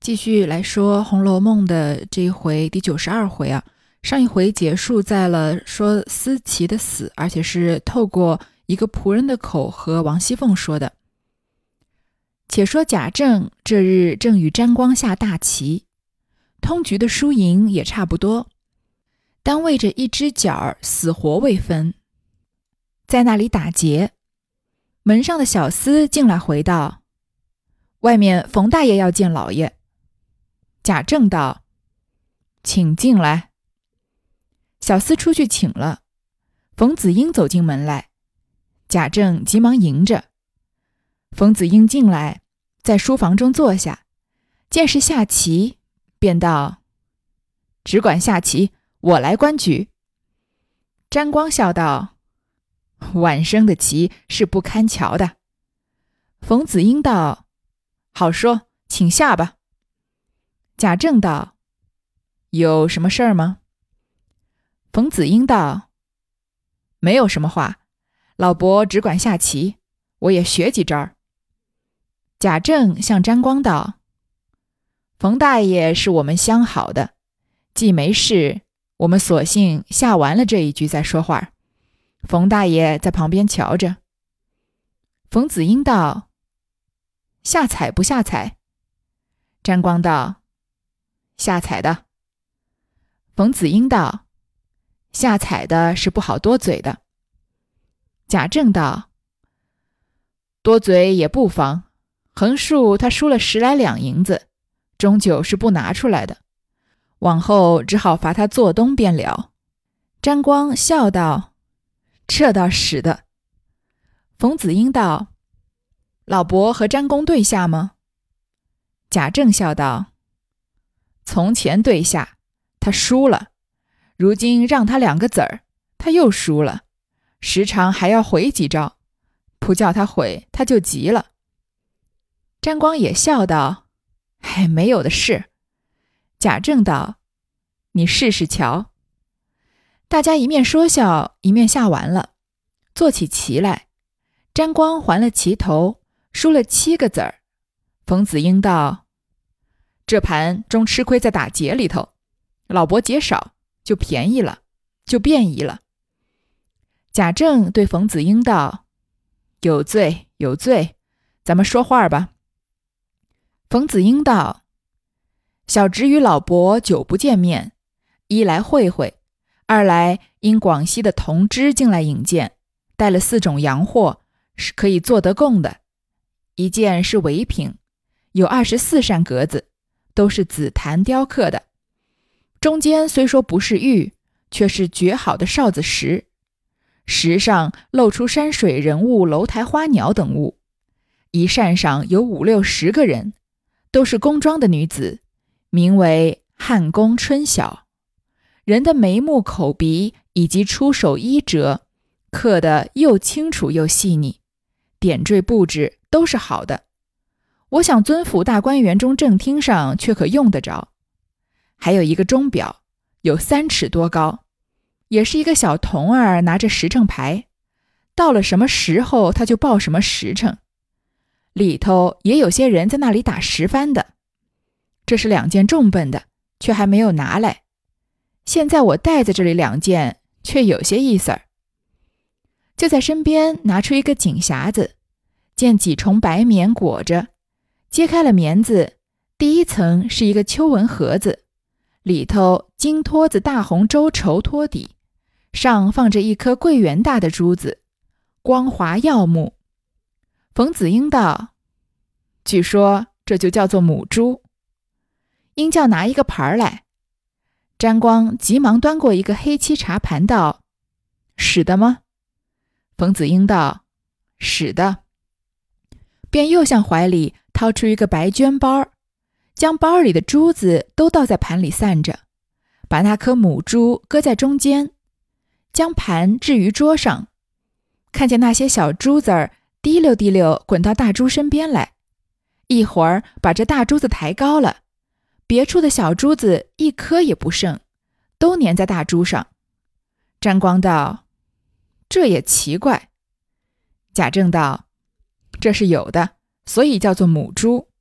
继续来说《红楼梦》的这一回第92回啊，上一回结束在了说思琪的死，而且是透过一个仆人的口和王熙凤说的。且说贾政这日正与沾光下大棋，通局的输赢也差不多，单为着一只角死活未分，在那里打劫。门上的小厮进来回道：外面冯大爷要见老爷。贾政道：请进来。小厮出去请了，冯子英走进门来，贾政急忙迎着。冯子英进来，在书房中坐下，见是下棋，便道：只管下棋，我来观局。沾光笑道：晚生的棋是不堪瞧的。冯子英道：好说，请下吧。贾政道：有什么事儿吗？冯子英道：没有什么话，老伯只管下棋，我也学几招。贾政向沾光道：冯大爷是我们相好的，既没事，我们索性下完了这一局再说话，冯大爷在旁边瞧着。冯子英道：下彩不下彩？沾光道：下彩的。冯子英道：下彩的是不好多嘴的。贾政道：多嘴也不妨，横竖他输了10来两银子，终究是不拿出来的，往后只好罚他做东便了。沾光笑道：这倒使的。冯子英道：老伯和沾公对下吗？贾政笑道：从前对下，他输了，如今让他2个子儿，他又输了，时常还要回几招，不叫他回，他就急了。沾光也笑道：没有的事。贾政道：你试试瞧。大家一面说笑，一面下完了，做起棋来。沾光还了棋头，输了7个子儿。冯子英道：这盘终吃亏在打劫里头，老伯劫少，就便宜了，就便宜了。贾政对冯子英道：有罪有罪，咱们说话吧。冯子英道：小侄与老伯久不见面，一来会会，二来因广西的同知进来引荐，带了4种洋货，是可以做得供的。一件是围屏，有24扇格子，都是紫檀雕刻的，中间虽说不是玉，却是绝好的哨子石，石上露出山水人物、楼台花鸟等物，一扇上有5、6、10个人，都是宫装的女子，名为汉宫春晓。人的眉目口鼻以及出手衣折，刻得又清楚又细腻，点缀布置都是好的。我想尊府大观园中正厅上却可用得着。还有一个钟表，有3尺多高，也是一个小童儿拿着时辰牌，到了什么时候他就报什么时辰。里头也有些人在那里打10番的。这是2件重本的，却还没有拿来。现在我带在这里2件，却有些意思儿。就在身边拿出一个锦匣子，见几重白棉裹着，揭开了棉子，第一层是一个秋纹盒子，里头金托子大红周绸托底，上放着一颗桂圆大的珠子，光滑耀目。冯子英道：据说这就叫做母珠。应叫拿一个盘来。沾光急忙端过一个黑漆茶盘道：使的吗？冯子英道：使的。便又向怀里掏出一个白绢包，将包里的珠子都倒在盘里散着，把那颗母珠搁在中间，将盘置于桌上，看见那些小珠子儿滴溜滴溜滚到大珠身边来，一会儿把这大珠子抬高了，别处的小珠子一颗也不剩，都粘在大珠上。沾光道：这也奇怪。贾政道：这是有的，所以叫做母珠，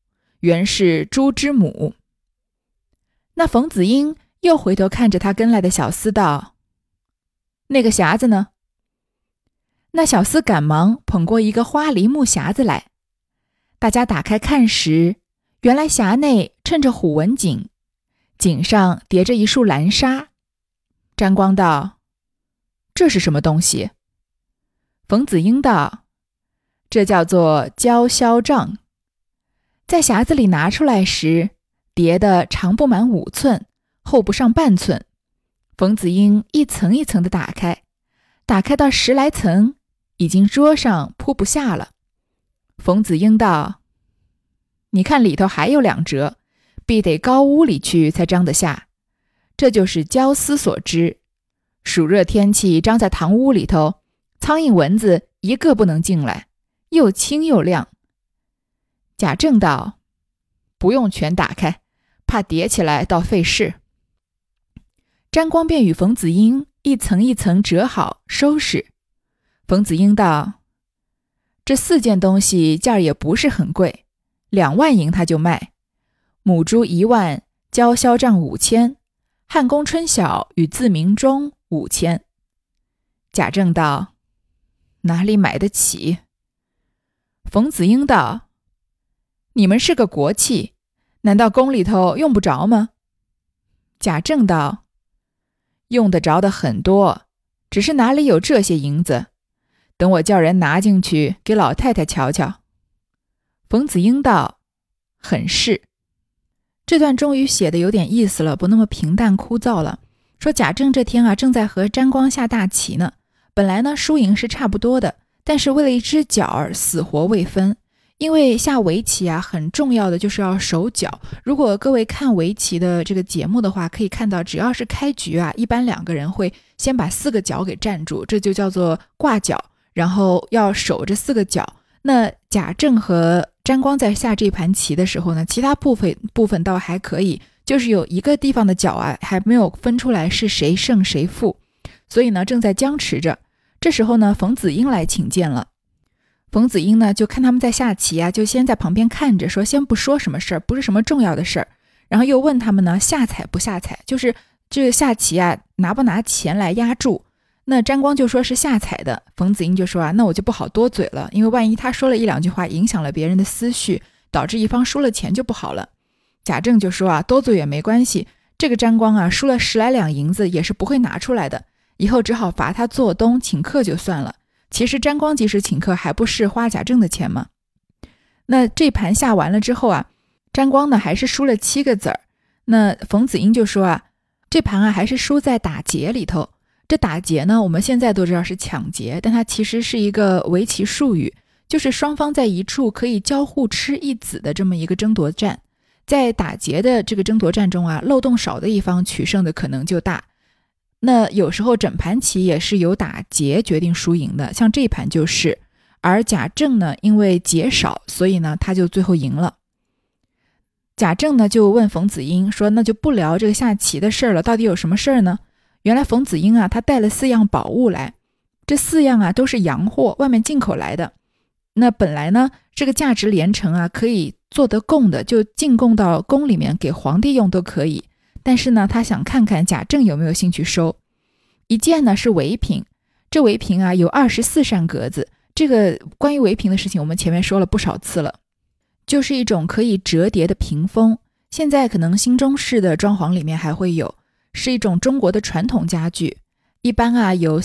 原是猪之母。那冯子英又回头看着他跟来的小厮道：那个匣子呢？那小厮赶忙捧过一个花梨木匣子来，大家打开看时，原来匣内衬着虎纹锦，锦上叠着一束蓝纱。沾光道：这是什么东西？冯子英道：这叫做鲛绡帐。在匣子里拿出来时，叠的长不满5寸，厚不上半寸。冯子英一层一层的打开，打开到10来层，已经桌上铺不下了。冯子英道：你看里头还有2折，必得高屋里去才张得下。这就是鲛丝所织，暑热天气张在堂屋里头，苍蝇蚊子一个不能进来，又轻又亮。贾政道：不用全打开，怕叠起来倒费事。沾光便与冯子英一层一层折好收拾。冯子英道：这4件东西价也不是很贵，2万银他就卖，母猪1万，鲛绡帐5千，汉宫春晓与自鸣钟5千。贾政道：哪里买得起？冯子英道：你们是个国戚，难道宫里头用不着吗？贾政道：用得着的很多，只是哪里有这些银子，等我叫人拿进去给老太太瞧瞧。冯子英道：很是。这段终于写的有点意思了，不那么平淡枯燥了。说贾政这天正在和沾光下大棋呢，本来呢输赢是差不多的，但是为了一只角儿死活未分。因为下围棋很重要的就是要守角。如果各位看围棋的这个节目的话，可以看到只要是开局一般2个人会先把4个角给站住，这就叫做挂角，然后要守这4个角。那贾政和沾光在下这盘棋的时候呢，其他部分倒还可以，就是有一个地方的角还没有分出来是谁胜谁负，所以呢正在僵持着。这时候呢冯子英来请见了。冯子英呢就看他们在下棋就先在旁边看着，说先不说什么事儿，不是什么重要的事儿。然后又问他们呢下彩不下彩，就是这个下棋拿不拿钱来压注。那沾光就说是下彩的，冯子英就说那我就不好多嘴了，因为万一他说了1-2句话影响了别人的思绪，导致一方输了钱就不好了。贾政就说多嘴也没关系，这个沾光输了10来两银子也是不会拿出来的，以后只好罚他做东请客就算了。其实沾光即使请客还不是花贾政的钱吗？那这盘下完了之后沾光呢还是输了7个子儿。那冯子英就说这盘还是输在打劫里头。这打劫呢我们现在都知道是抢劫，但它其实是一个围棋术语，就是双方在一处可以交互吃1子的这么一个争夺战。在打劫的这个争夺战中漏洞少的一方取胜的可能就大。那有时候整盘棋也是由打劫决定输赢的，像这一盘就是。而贾政呢因为劫少，所以呢他就最后赢了。贾政呢就问冯子英说，那就不聊这个下棋的事儿了，到底有什么事儿呢？原来冯子英他带了4样宝物来，这4样都是洋货，外面进口来的。那本来呢这个价值连城可以做得贡的，就进贡到宫里面给皇帝用都可以。但是呢他想看看贾政有没有兴趣收。一件呢是围屏，这围屏有24扇格子。这个关于围屏的事情我们前面说了不少次了，就是一种可以折叠的屏风，现在可能新中式的装潢里面还会有，是一种中国的传统家具，一般由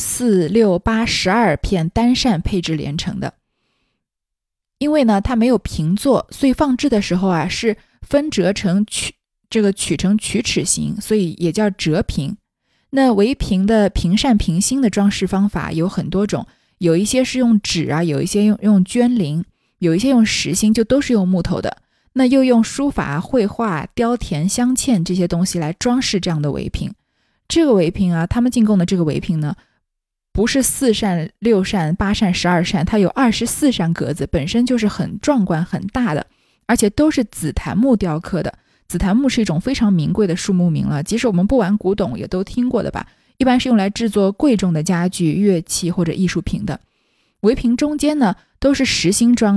4、6、8、12片单扇配置连成的。因为呢它没有平坐，所以放置的时候是分折成取成曲尺形，所以也叫折屏。那围屏的平扇平心的装饰方法有很多种，有一些是用纸有一些用绢绫，有一些用实心，就都是用木头的。那又用书法、绘画、雕填、镶嵌这些东西来装饰这样的围屏。这个围屏他们进贡的这个围屏呢，不是4扇、6扇、8扇、12扇，它有24扇格子，本身就是很壮观很大的，而且都是紫檀木雕刻的。紫檀木是一种非常名贵的树木名了，即使我们不玩古董也都听过的吧，一般是用来制作贵重的家具、乐器或者艺术品的。围屏中间呢都是实心装的，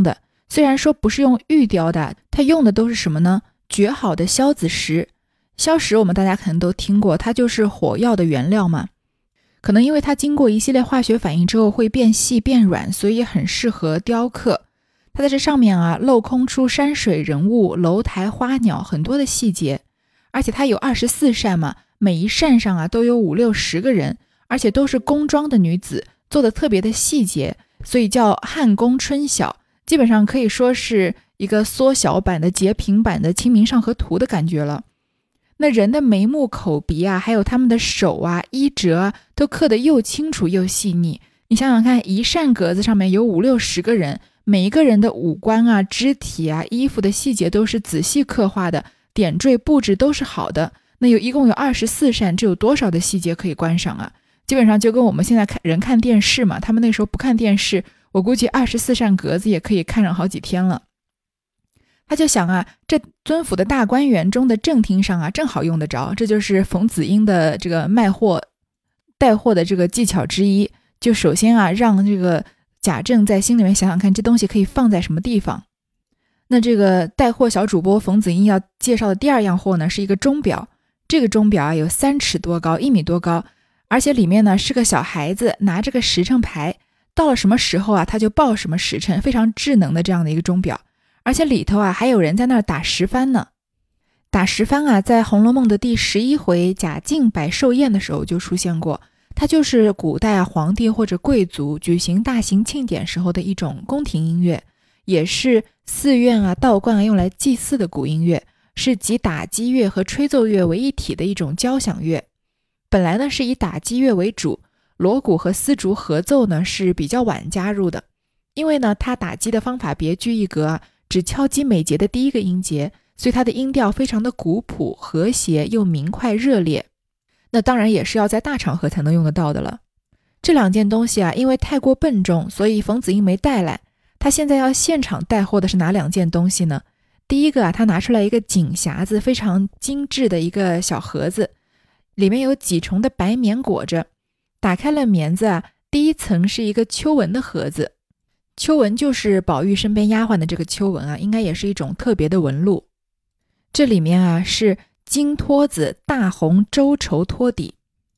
虽然说不是用玉雕的，它用的都是什么呢？绝好的硝子石。硝石我们大家可能都听过，它就是火药的原料嘛。可能因为它经过一系列化学反应之后会变细变软，所以很适合雕刻。它在这上面镂空出山水人物、楼台花鸟很多的细节，而且它有24扇嘛，每一扇上都有5-60个人，而且都是宫装的女子，做的特别的细节，所以叫汉宫春晓，基本上可以说是一个缩小版的截屏版的《清明上河图》的感觉了。那人的眉目口鼻还有他们的手衣褶都刻得又清楚又细腻。你想想看，一扇格子上面有5-60个人，每一个人的五官肢体衣服的细节都是仔细刻画的，点缀布置都是好的。那一共有24扇，这有多少的细节可以观赏啊？基本上就跟我们现在看电视嘛，他们那时候不看电视，我估计24扇格子也可以看上好几天了。他就想这尊府的大观园中的正厅上正好用得着，这就是冯子英的这个卖货带货的这个技巧之一。就首先让这个贾政在心里面想想看，这东西可以放在什么地方。那这个带货小主播冯子英要介绍的第二样货呢，是一个钟表。这个钟表有3尺多高，1米多高，而且里面呢是个小孩子拿着个时辰牌，到了什么时候他就报什么时辰，非常智能的这样的一个钟表。而且里头还有人在那儿打十番呢。打十番在《红楼梦》的第11回贾敬摆寿宴的时候就出现过，它就是古代皇帝或者贵族举行大型庆典时候的一种宫廷音乐，也是寺院道观用来祭祀的古音乐，是集打击乐和吹奏乐为一体的一种交响乐。本来呢是以打击乐为主，锣鼓和丝竹合奏呢是比较晚加入的，因为呢它打击的方法别具一格只敲击每节的第一个音节，所以它的音调非常的古朴和谐又明快热烈。那当然也是要在大场合才能用得到的了。这2件东西因为太过笨重，所以冯子英没带来。他现在要现场带货的是哪2件东西呢？第一个他拿出来一个锦匣子，非常精致的一个小盒子，里面有几重的白棉裹着。打开了棉子第一层是一个秋纹的盒子。秋纹就是宝玉身边丫鬟的这个秋纹应该也是一种特别的纹路。这里面是金托子大红周绸托底，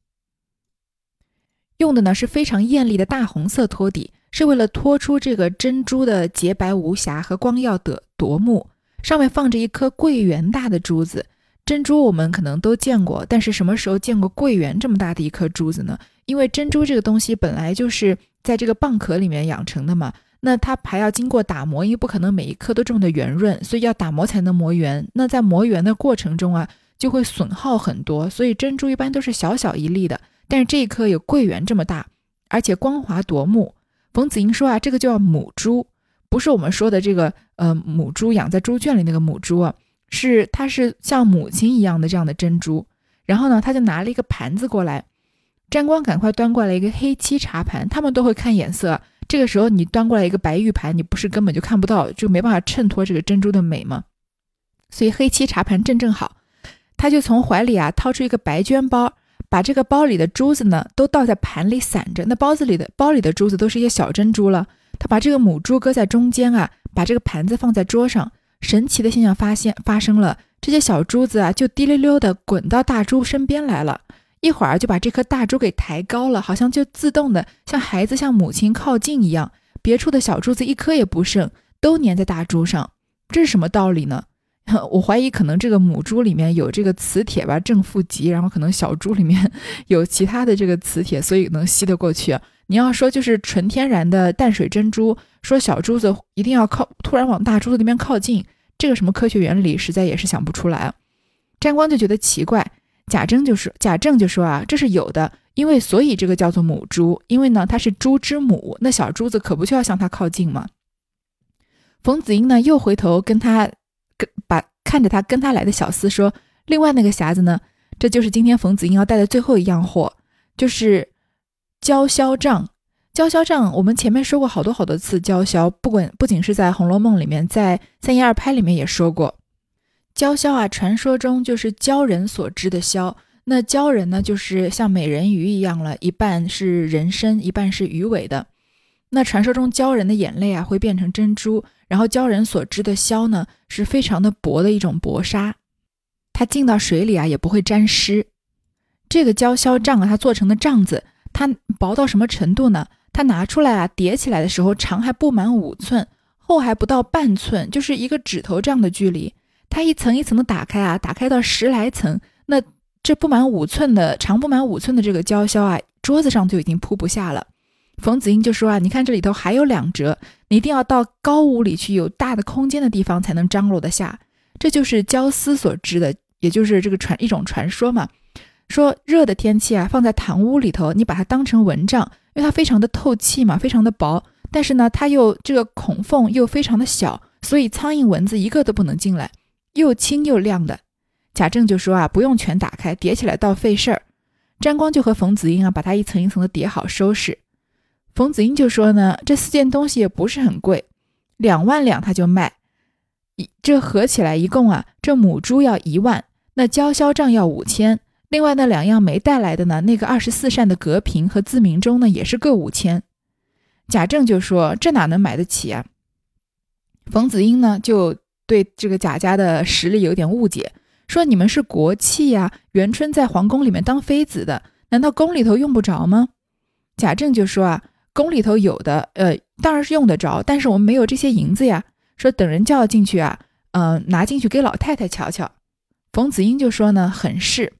用的呢是非常艳丽的大红色托底，是为了托出这个珍珠的洁白无瑕和光耀的夺目。上面放着一颗桂圆大的珠子，珍珠我们可能都见过，但是什么时候见过桂圆这么大的一颗珠子呢？因为珍珠这个东西本来就是在这个蚌壳里面养成的嘛，那它还要经过打磨，因为不可能每一颗都这么的圆润，所以要打磨才能磨圆。那在磨圆的过程中就会损耗很多，所以珍珠一般都是小小一粒的，但是这一颗有桂圆这么大，而且光滑夺目。冯子英说这个叫母珠，不是我们说的这个母猪养在猪圈里那个母猪它是像母亲一样的这样的珍珠。然后呢他就拿了一个盘子过来，沾光赶快端过来一个黑漆茶盘，他们都会看眼色，这个时候你端过来一个白玉盘，你不是根本就看不到，就没办法衬托这个珍珠的美吗？所以黑漆茶盘正好，他就从怀里掏出一个白绢包，把这个包里的珠子呢都倒在盘里散着，那包里的珠子都是一些小珍珠了。他把这个母珠搁在中间把这个盘子放在桌上，神奇的现象发生了，这些小珠子就滴溜溜的滚到大珠身边来了，一会儿就把这颗大珠给抬高了，好像就自动的像孩子向母亲靠近一样，别处的小珠子一颗也不剩，都粘在大珠上。这是什么道理呢？我怀疑可能这个母珠里面有这个磁铁吧，正负极，然后可能小珠里面有其他的这个磁铁，所以能吸得过去。你要说就是纯天然的淡水珍珠，说小珠子一定要突然往大珠子那边靠近，这个什么科学原理实在也是想不出来。沾光就觉得奇怪，贾政就说这是有的，因为所以这个叫做母珠，因为呢它是珠之母，那小珠子可不就要向它靠近吗？冯子英呢又回头看着他跟他来的小厮说，另外那个匣子呢，这就是今天冯子英要带的最后一样货，就是鲛绡帐。鲛绡帐我们前面说过好多次，鲛绡不仅是在《红楼梦》里面，在三言二拍里面也说过。鲛绡传说中就是鲛人所织的绡，那鲛人呢就是像美人鱼一样了，一半是人身一半是鱼尾的。 那传说中鲛人的眼泪啊会变成珍珠，然后鲛人所织的绡呢是非常的薄的一种薄纱，它浸到水里啊也不会沾湿。这个鲛绡帐啊，它做成的帐子，它薄到什么程度呢？它拿出来啊叠起来的时候，长还不满5寸，厚还不到半寸，就是一个指头这样的距离。它一层一层的打开啊，打开到10来层，那这不满5寸的长不满5寸的这个鲛绡啊，桌子上就已经铺不下了。冯子英就说啊，你看这里头还有2折，你一定要到高屋里去，有大的空间的地方才能张罗得下。这就是鲛丝所织的，也就是这个一种传说嘛。说热的天气啊，放在堂屋里头，你把它当成蚊帐，因为它非常的透气嘛，非常的薄，但是呢，它又这个孔缝又非常的小，所以苍蝇蚊子一个都不能进来，又轻又亮的。贾政就说啊，不用全打开，叠起来倒费事儿。沾光就和冯子英啊，把它一层一层的叠好收拾。冯子英就说呢，这4件东西也不是很贵，2万两他就卖，这合起来一共啊，这母猪要1万，那鲛绡帐要5000，另外那2样没带来的呢，那个24扇的隔屏和自鸣钟呢，也是各5000。贾政就说这哪能买得起啊？冯子英呢就对这个贾家的实力有点误解，说你们是国戚呀，元春在皇宫里面当妃子的，难道宫里头用不着吗？贾政就说啊，宫里头有的当然是用得着，但是我们没有这些银子呀，说等人叫进去啊，拿进去给老太太瞧瞧。冯子英就说呢，很是。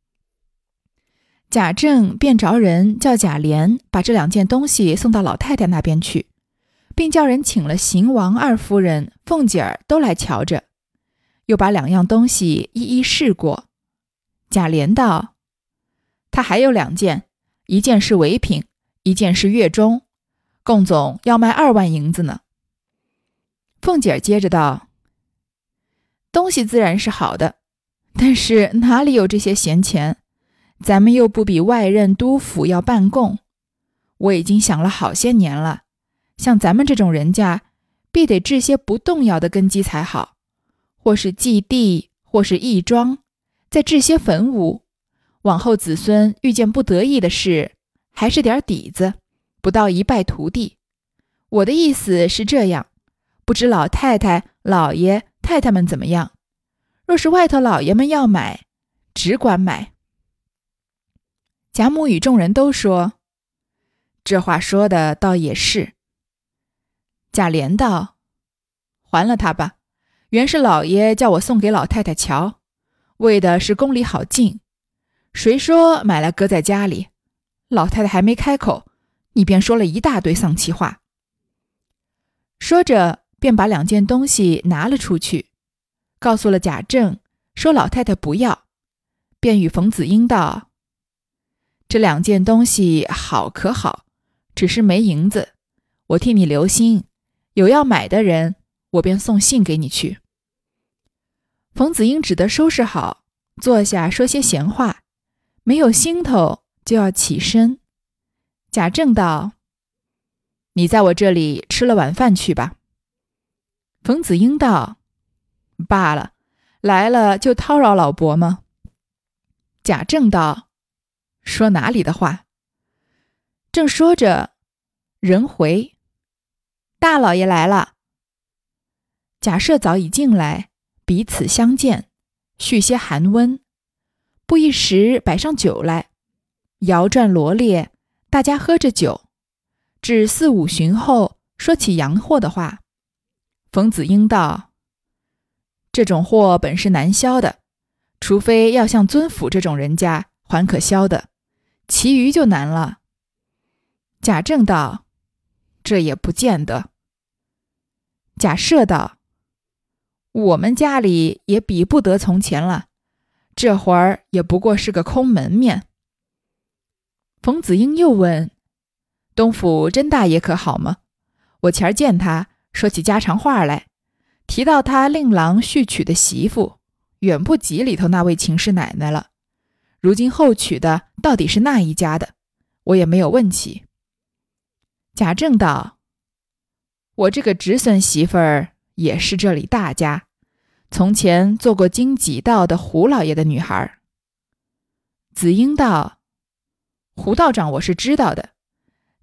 贾政便着人叫贾琏把这2件东西送到老太太那边去，并叫人请了邢王2夫人、凤姐儿都来瞧着，又把2样东西一一试过。贾琏道：他还有2件，一件是伪品，一件是月中，共总要卖2万银子呢。凤姐儿接着道：东西自然是好的，但是哪里有这些闲钱？咱们又不比外任督府要办供，我已经想了好些年了，像咱们这种人家，必得置些不动摇的根基才好，或是祭地，或是义庄，再置些坟屋，往后子孙遇见不得意的事，还是点底子，不到一败涂地。我的意思是这样，不知老太太、老爷、太太们怎么样？若是外头老爷们要买，只管买。贾母与众人都说：这话说的倒也是。贾琏道：还了他吧，原是老爷叫我送给老太太瞧，为的是宫里好进，谁说买来搁在家里？老太太还没开口，你便说了一大堆丧气话。说着便把2件东西拿了出去，告诉了贾政，说老太太不要，便与冯子英道：这2件东西好可好，只是没银子，我替你留心，有要买的人，我便送信给你去。冯子英只得收拾好，坐下说些闲话，没有心头就要起身。贾政道：你在我这里吃了晚饭去吧。冯子英道：罢了，来了就叨扰老伯吗？贾政道：说哪里的话？正说着，人回，大老爷来了。贾赦早已进来，彼此相见，叙些寒温。不一时摆上酒来，摇转罗列，大家喝着酒，至4、5旬后，说起洋货的话。冯子英道：这种货本是难销的，除非要像尊府这种人家，还可销的，其余就难了。贾政道：这也不见得。贾赦道：我们家里也比不得从前了，这会儿也不过是个空门面。冯子英又问：东府甄大爷可好吗？我前儿见他，说起家常话来，提到他令郎续娶的媳妇，远不及里头那位秦氏奶奶了。如今后娶的到底是那一家的，我也没有问起。贾政道：我这个侄孙媳妇儿也是这里大家，从前做过京畿道的胡老爷的女孩。子英道：胡道长我是知道的，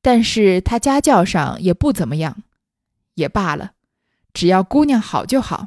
但是他家教上也不怎么样，也罢了，只要姑娘好就好。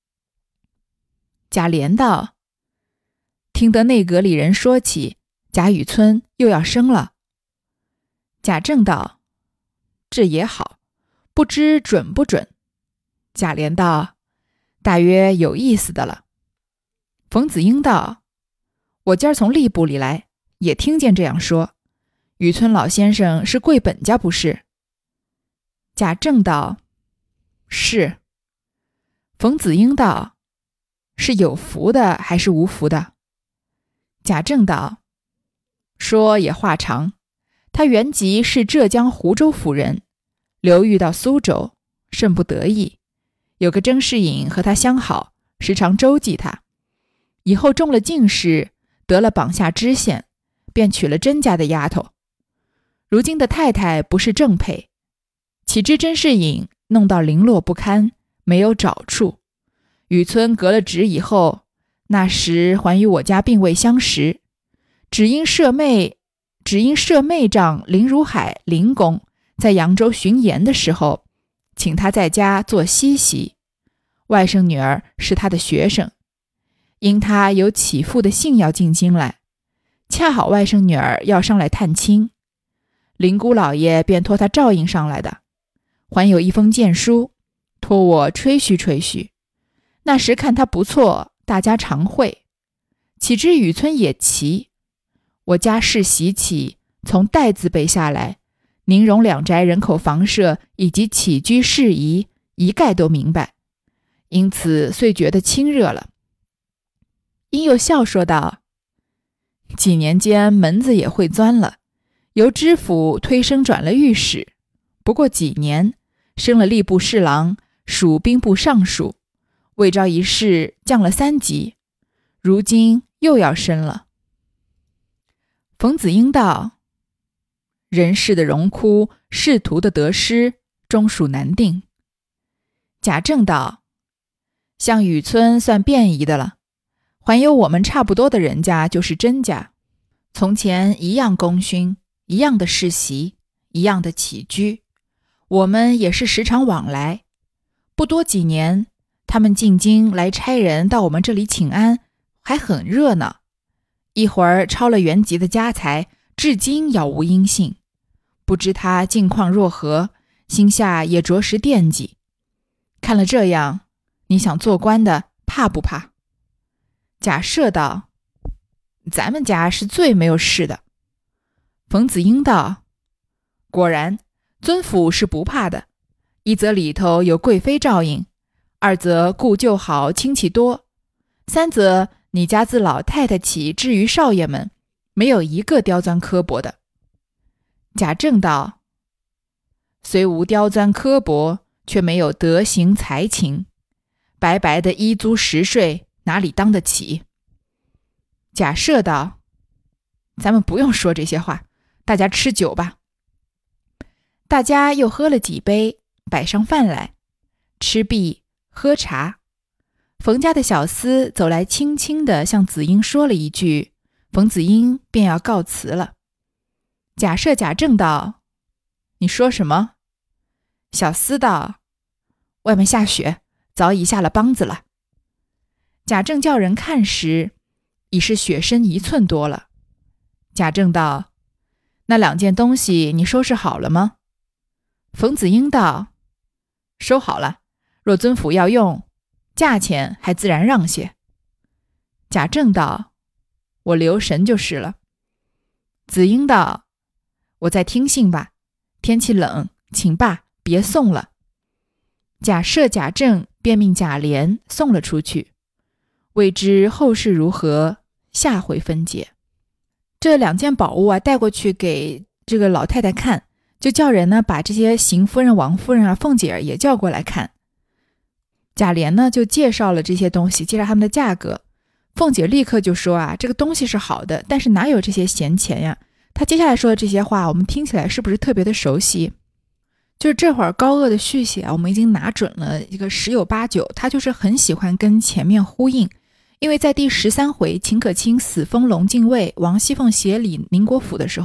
贾琏道：听得内阁里人说起，贾雨村又要生了。贾政道：这也好，不知准不准。贾琏道：大约有意思的了。冯子英道：我今儿从吏部里来，也听见这样说，雨村老先生是贵本家不是？贾政道：是。冯子英道：是有福的还是无福的？贾政道：说也话长，他原籍是浙江湖州府人，流寓到苏州，甚不得意，有个甄士隐和他相好，时常周济他，以后中了进士，得了榜下知县，便娶了甄家的丫头。如今的太太不是正配，岂知甄士隐弄到零落不堪，没有找处。雨村革了职以后，那时还与我家并未相识，只因舍妹丈林如海林公在扬州巡盐的时候，请他在家做西席，外甥女儿是他的学生，因他有起父的信要进京来，恰好外甥女儿要上来探亲，林姑老爷便托他照应上来的，还有一封荐书，托我吹嘘吹嘘。那时看他不错，大家常会，岂知雨村也奇。我家世袭起，从代字辈下来，宁荣两宅人口房舍以及起居事宜，一概都明白，因此遂觉得亲热了。因又笑说道：几年间门子也会钻了，由知府推升转了御史，不过几年升了吏部侍郎，属兵部尚书，未招一事降了3级，如今又要升了。冯子英道：人世的荣枯，仕途的得失，终属难定。贾政道：像雨村算便宜的了，还有我们差不多的人家就是甄家，从前一样功勋，一样的世袭，一样的起居，我们也是时常往来，不多几年，他们进京来差人到我们这里请安，还很热闹，一会儿抄了原籍的家财，至今杳无音信，不知他境况若何，心下也着实惦记。看了这样，你想做官的怕不怕？贾赦道：咱们家是最没有事的。冯子英道：果然，尊府是不怕的，一则里头有贵妃照应，二则故旧好，亲戚多，三则你家自老太太起至于少爷们，没有一个刁钻刻薄的。贾政道：虽无刁钻刻薄，却没有德行才情，白白的衣租食税，哪里当得起？贾赦道：咱们不用说这些话，大家吃酒吧。大家又喝了几杯，摆上饭来，吃毕喝茶。冯家的小厮走来，轻轻地向子英说了一句，冯子英便要告辞了。贾赦贾政道：你说什么？小厮道：外面下雪，早已下了梆子了。贾政叫人看时，已是雪深1寸多了。贾政道：那2件东西你收拾好了吗？冯子英道：收好了，若尊府要用，价钱还自然让些。贾政道：我留神就是了。子英道：我再听信吧，天气冷，请罢，别送了。贾赦贾政便命贾琏送了出去。未知后事如何，下回分解。这2件宝物啊，带过去给这个老太太看，就叫人呢把这些邢夫人、王夫人啊、凤姐儿也叫过来看。贾琏呢就介绍了这些东西，介绍他们的价格。凤姐立刻就说啊，这个东西是好的，但是哪有这些闲钱呀？他接下来说的这些话，我们听起来是不是特别的熟悉？就是这会儿高鹗的续写啊，我们已经拿准了一个10有8九，他就是很喜欢跟前面呼应。因为在第13回秦可卿死封龙禁尉，王熙凤协理宁国府的时候，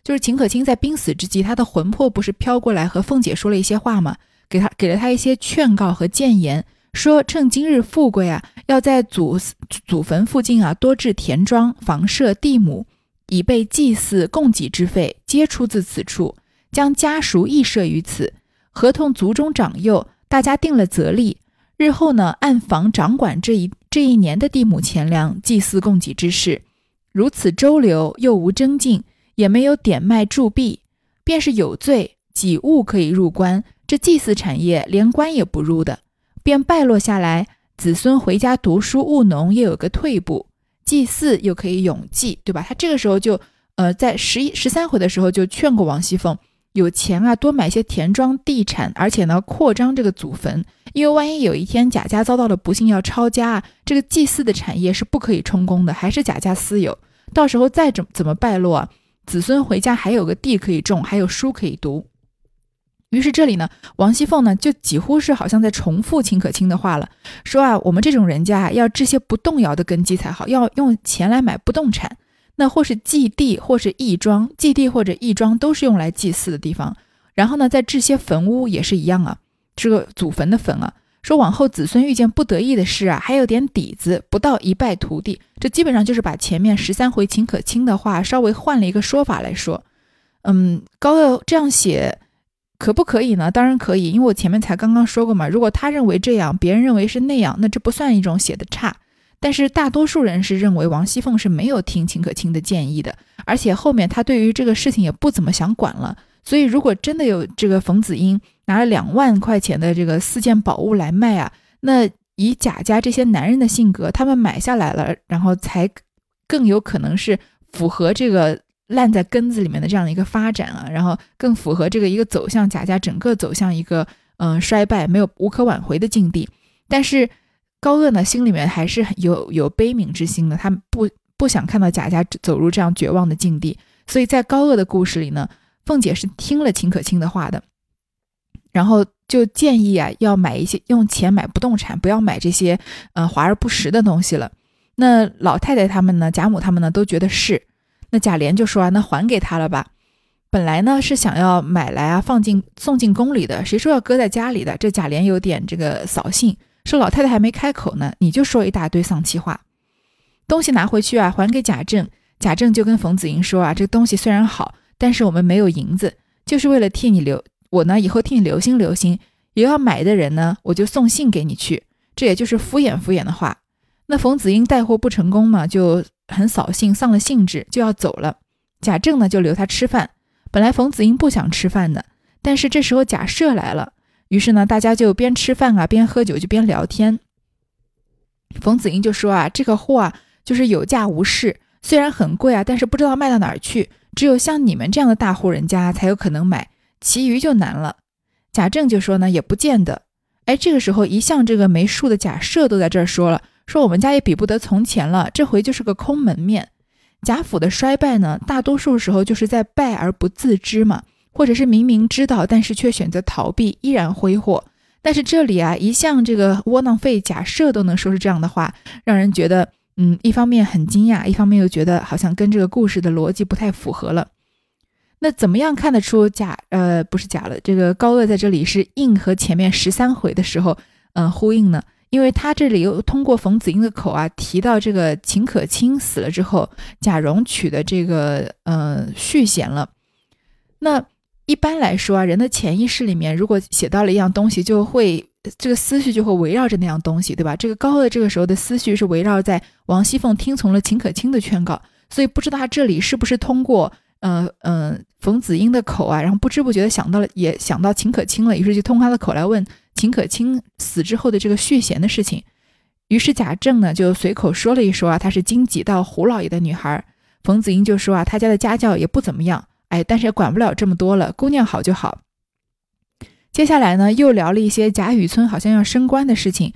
就是秦可卿在濒死之际，他的魂魄不是飘过来和凤姐说了一些话吗？给了他一些劝告和谏言，说趁今日富贵啊，要在祖坟附近啊多置田庄、房舍、地亩，以备祭祀供给之费，皆出自此处，将家属亦设于此，合同族中长幼，大家定了则例，日后呢按房掌管这一年的地亩钱粮，祭祀供给之事。如此周流，又无征进，也没有典卖铸币，便是有罪，己物可以入关，这祭祀产业连关也不入的，便败落下来，子孙回家读书务农又有个退步，祭祀又可以永继，对吧？他这个时候就在13回的时候就劝过王熙凤，有钱啊多买些田庄地产，而且呢扩张这个祖坟，因为万一有一天贾家遭到了不幸要抄家啊，这个祭祀的产业是不可以充公的，还是贾家私有，到时候再怎么败落啊，子孙回家还有个地可以种，还有书可以读。于是这里呢，王熙凤呢就几乎是好像在重复秦可卿的话了，说啊，我们这种人家要置些不动摇的根基才好，要用钱来买不动产，那或是祭地或是义庄，祭地或者义庄都是用来祭祀的地方，然后呢再置些坟屋也是一样啊，这个祖坟的坟啊，说往后子孙遇见不得意的事啊，还有点底子，不到一败涂地，这基本上就是把前面13回秦可卿的话稍微换了一个说法来说。高鹗这样写可不可以呢？当然可以，因为我前面才刚刚说过嘛，如果他认为这样，别人认为是那样，那这不算一种写的差。但是大多数人是认为王熙凤是没有听秦可卿的建议的，而且后面他对于这个事情也不怎么想管了，所以如果真的有这个冯子英拿了2万块钱的这个4件宝物来卖啊，那以贾家这些男人的性格，他们买下来了，然后才更有可能是符合这个烂在根子里面的这样的一个发展啊，然后更符合这个一个走向贾家整个走向一个衰败没有无可挽回的境地。但是高鹗呢心里面还是有悲悯之心的，他不想看到贾家走入这样绝望的境地，所以在高鹗的故事里呢，凤姐是听了秦可卿的话的，然后就建议啊要买一些用钱买不动产，不要买这些华而不实的东西了。那老太太他们呢，贾母他们呢都觉得是，那贾琏就说啊，那还给他了吧。本来呢是想要买来啊送进宫里的，谁说要搁在家里的？这贾琏有点这个扫兴，说老太太还没开口呢，你就说一大堆丧气话。东西拿回去啊，还给贾政。贾政就跟冯子英说啊，这个东西虽然好，但是我们没有银子，就是为了替你我呢以后替你留心留心，也要买的人呢，我就送信给你去。这也就是敷衍的话。那冯子英带货不成功嘛，就很扫兴，丧了兴致，就要走了。贾政呢就留他吃饭。本来冯子英不想吃饭的，但是这时候贾赦来了，于是呢大家就边吃饭啊边喝酒就边聊天。冯子英就说啊，这个货啊就是有价无市，虽然很贵啊，但是不知道卖到哪儿去，只有像你们这样的大户人家才有可能买，其余就难了。贾政就说呢，也不见得。这个时候一向这个没数的贾赦都在这儿说了，说我们家也比不得从前了，这回就是个空门面。贾府的衰败呢，大多数时候就是在败而不自知嘛，或者是明明知道，但是却选择逃避，依然挥霍。但是这里啊，一向这个窝囊废贾赦都能说出这样的话，让人觉得一方面很惊讶，一方面又觉得好像跟这个故事的逻辑不太符合了。那怎么样看得出这个高鹗在这里是应和前面13回的时候呼应呢？因为他这里又通过冯子英的口啊提到这个秦可卿死了之后，贾蓉娶的这个续弦了。那一般来说啊，人的潜意识里面如果写到了一样东西，就会这个思绪就会围绕着那样东西，对吧？这个高鹗这个时候的思绪是围绕在王熙凤听从了秦可卿的劝告，所以不知道他这里是不是通过冯子英的口啊，然后不知不觉的想到秦可卿了，于是就通过他的口来问秦可卿死之后的这个续弦的事情。于是贾政呢就随口说了一说啊，她是经济到胡老爷的女孩。冯子英就说啊，她家的家教也不怎么样，但是也管不了这么多了，姑娘好就好。接下来呢又聊了一些贾雨村好像要升官的事情，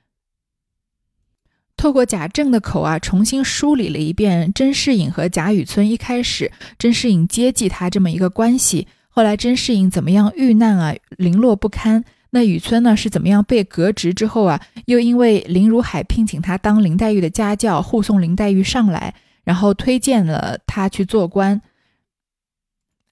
透过贾政的口啊，重新梳理了一遍甄士隐和贾雨村一开始甄士隐接济他这么一个关系，后来甄士隐怎么样遇难啊，零落不堪，那雨村呢是怎么样被革职之后啊，又因为林如海聘请他当林黛玉的家教，护送林黛玉上来，然后推荐了他去做官。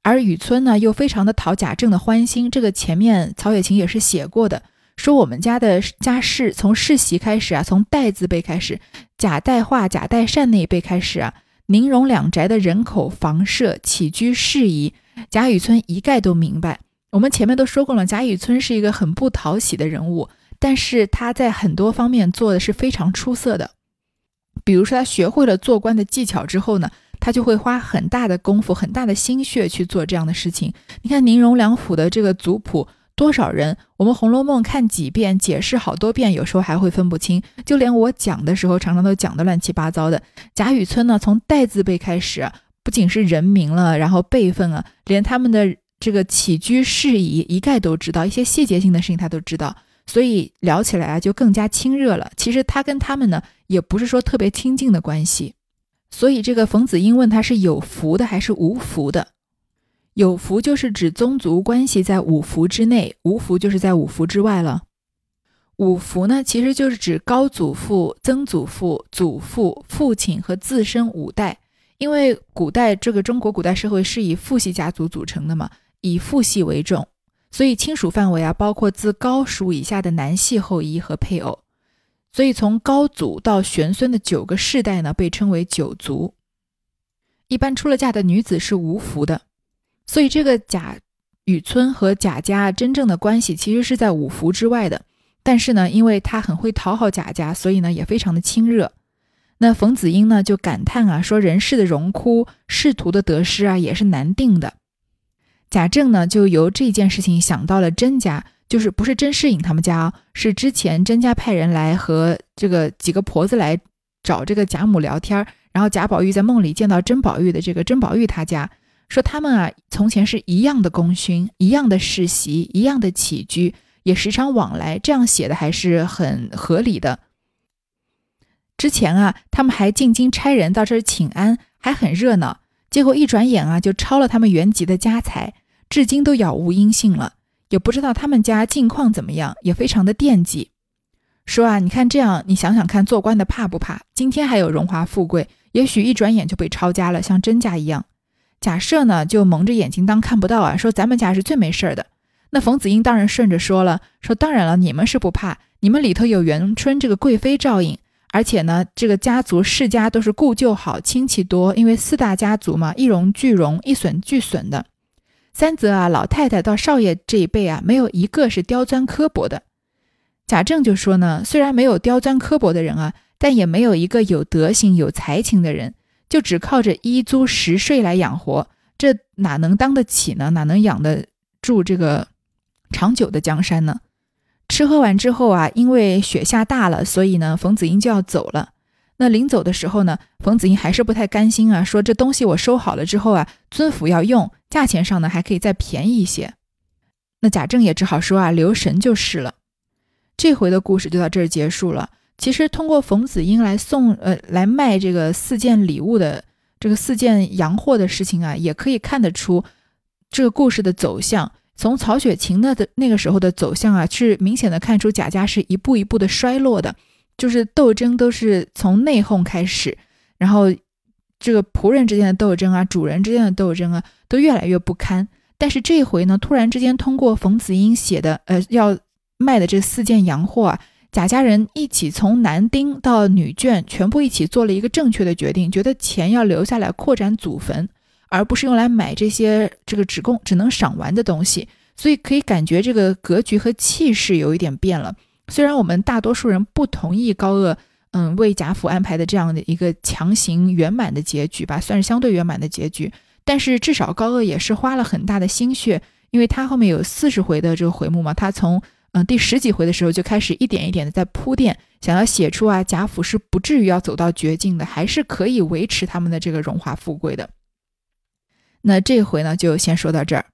而雨村呢又非常的讨贾政的欢心，这个前面曹雪芹也是写过的，说我们家的家世从世袭开始啊，从代字辈开始，贾代化、贾代善那一辈开始啊，宁荣两宅的人口、房舍、起居事宜，贾雨村一概都明白。我们前面都说过了，贾雨村是一个很不讨喜的人物，但是他在很多方面做的是非常出色的。比如说他学会了做官的技巧之后呢，他就会花很大的功夫、很大的心血去做这样的事情。你看宁荣两府的这个族谱多少人，我们《红楼梦》看几遍，解释好多遍，有时候还会分不清，就连我讲的时候常常都讲得乱七八糟的。贾雨村呢，从代字辈开始，不仅是人名了，然后辈分啊，连他们的这个起居事宜一概都知道，一些细节性的事情他都知道，所以聊起来就更加亲热了。其实他跟他们呢也不是说特别亲近的关系。所以这个冯子英问他是有福的还是无福的。有福就是指宗族关系在五福之内，无福就是在五福之外了。五福呢其实就是指高祖父、曾祖父、祖父、父亲和自身五代。因为古代这个中国古代社会是以父系家族组成的嘛，以父系为重，所以亲属范围啊包括自高属以下的男系后裔和配偶。所以从高祖到玄孙的9个世代呢被称为九族。一般出了嫁的女子是无福的，所以这个贾雨村和贾家真正的关系其实是在五福之外的。但是呢，因为他很会讨好贾家，所以呢也非常的亲热。那冯子英呢就感叹啊，说人世的荣枯，仕途的得失啊也是难定的。贾政呢就由这件事情想到了甄家，就是不是甄士隐他们家是之前甄家派人来和这个几个婆子来找这个贾母聊天，然后贾宝玉在梦里见到甄宝玉的这个甄宝玉他家，说他们啊从前是一样的功勋，一样的世袭，一样的起居，也时常往来，这样写的还是很合理的。之前啊他们还进京差人到这儿请安，还很热闹，结果一转眼啊就抄了他们原籍的家财，至今都杳无音信了，也不知道他们家境况怎么样，也非常的惦记。说啊，你看这样，你想想看，做官的怕不怕？今天还有荣华富贵，也许一转眼就被抄家了，像甄家一样。贾赦呢就蒙着眼睛当看不到啊，说咱们家是最没事的。那冯子英当然顺着说了，说当然了，你们是不怕，你们里头有元春这个贵妃照应，而且呢这个家族世家都是故旧好，亲戚多，因为4大家族嘛，一荣俱荣，一损俱损的。三则啊老太太到少爷这一辈啊，没有一个是刁钻刻薄的。贾政就说呢，虽然没有刁钻刻薄的人啊，但也没有一个有德行有才情的人，就只靠着衣租食税来养活，这哪能当得起呢？哪能养得住这个长久的江山呢？吃喝完之后啊，因为雪下大了，所以呢冯子英就要走了。那临走的时候呢，冯子英还是不太甘心啊，说这东西我收好了之后啊，尊府要用，价钱上呢还可以再便宜一些。那贾政也只好说啊，留神就是了。这回的故事就到这儿结束了。其实通过冯子英来卖这个4件礼物的这个4件洋货的事情啊，也可以看得出这个故事的走向。从曹雪芹的那个时候的走向啊，是明显的看出贾家是一步一步的衰落的，就是斗争都是从内讧开始，然后这个仆人之间的斗争啊，主人之间的斗争啊，都越来越不堪。但是这回呢，突然之间通过冯子英写的要卖的这4件洋货啊，贾家人一起从男丁到女眷全部一起做了一个正确的决定，觉得钱要留下来扩展祖坟，而不是用来买这些这个只能赏玩的东西。所以可以感觉这个格局和气势有一点变了。虽然我们大多数人不同意高鹗为贾府安排的这样的一个强行圆满的结局吧，算是相对圆满的结局，但是至少高鹗也是花了很大的心血，因为他后面有40回的这个回目嘛，他从第10几回的时候就开始一点一点的在铺垫，想要写出啊贾府是不至于要走到绝境的，还是可以维持他们的这个荣华富贵的。那这回呢就先说到这儿。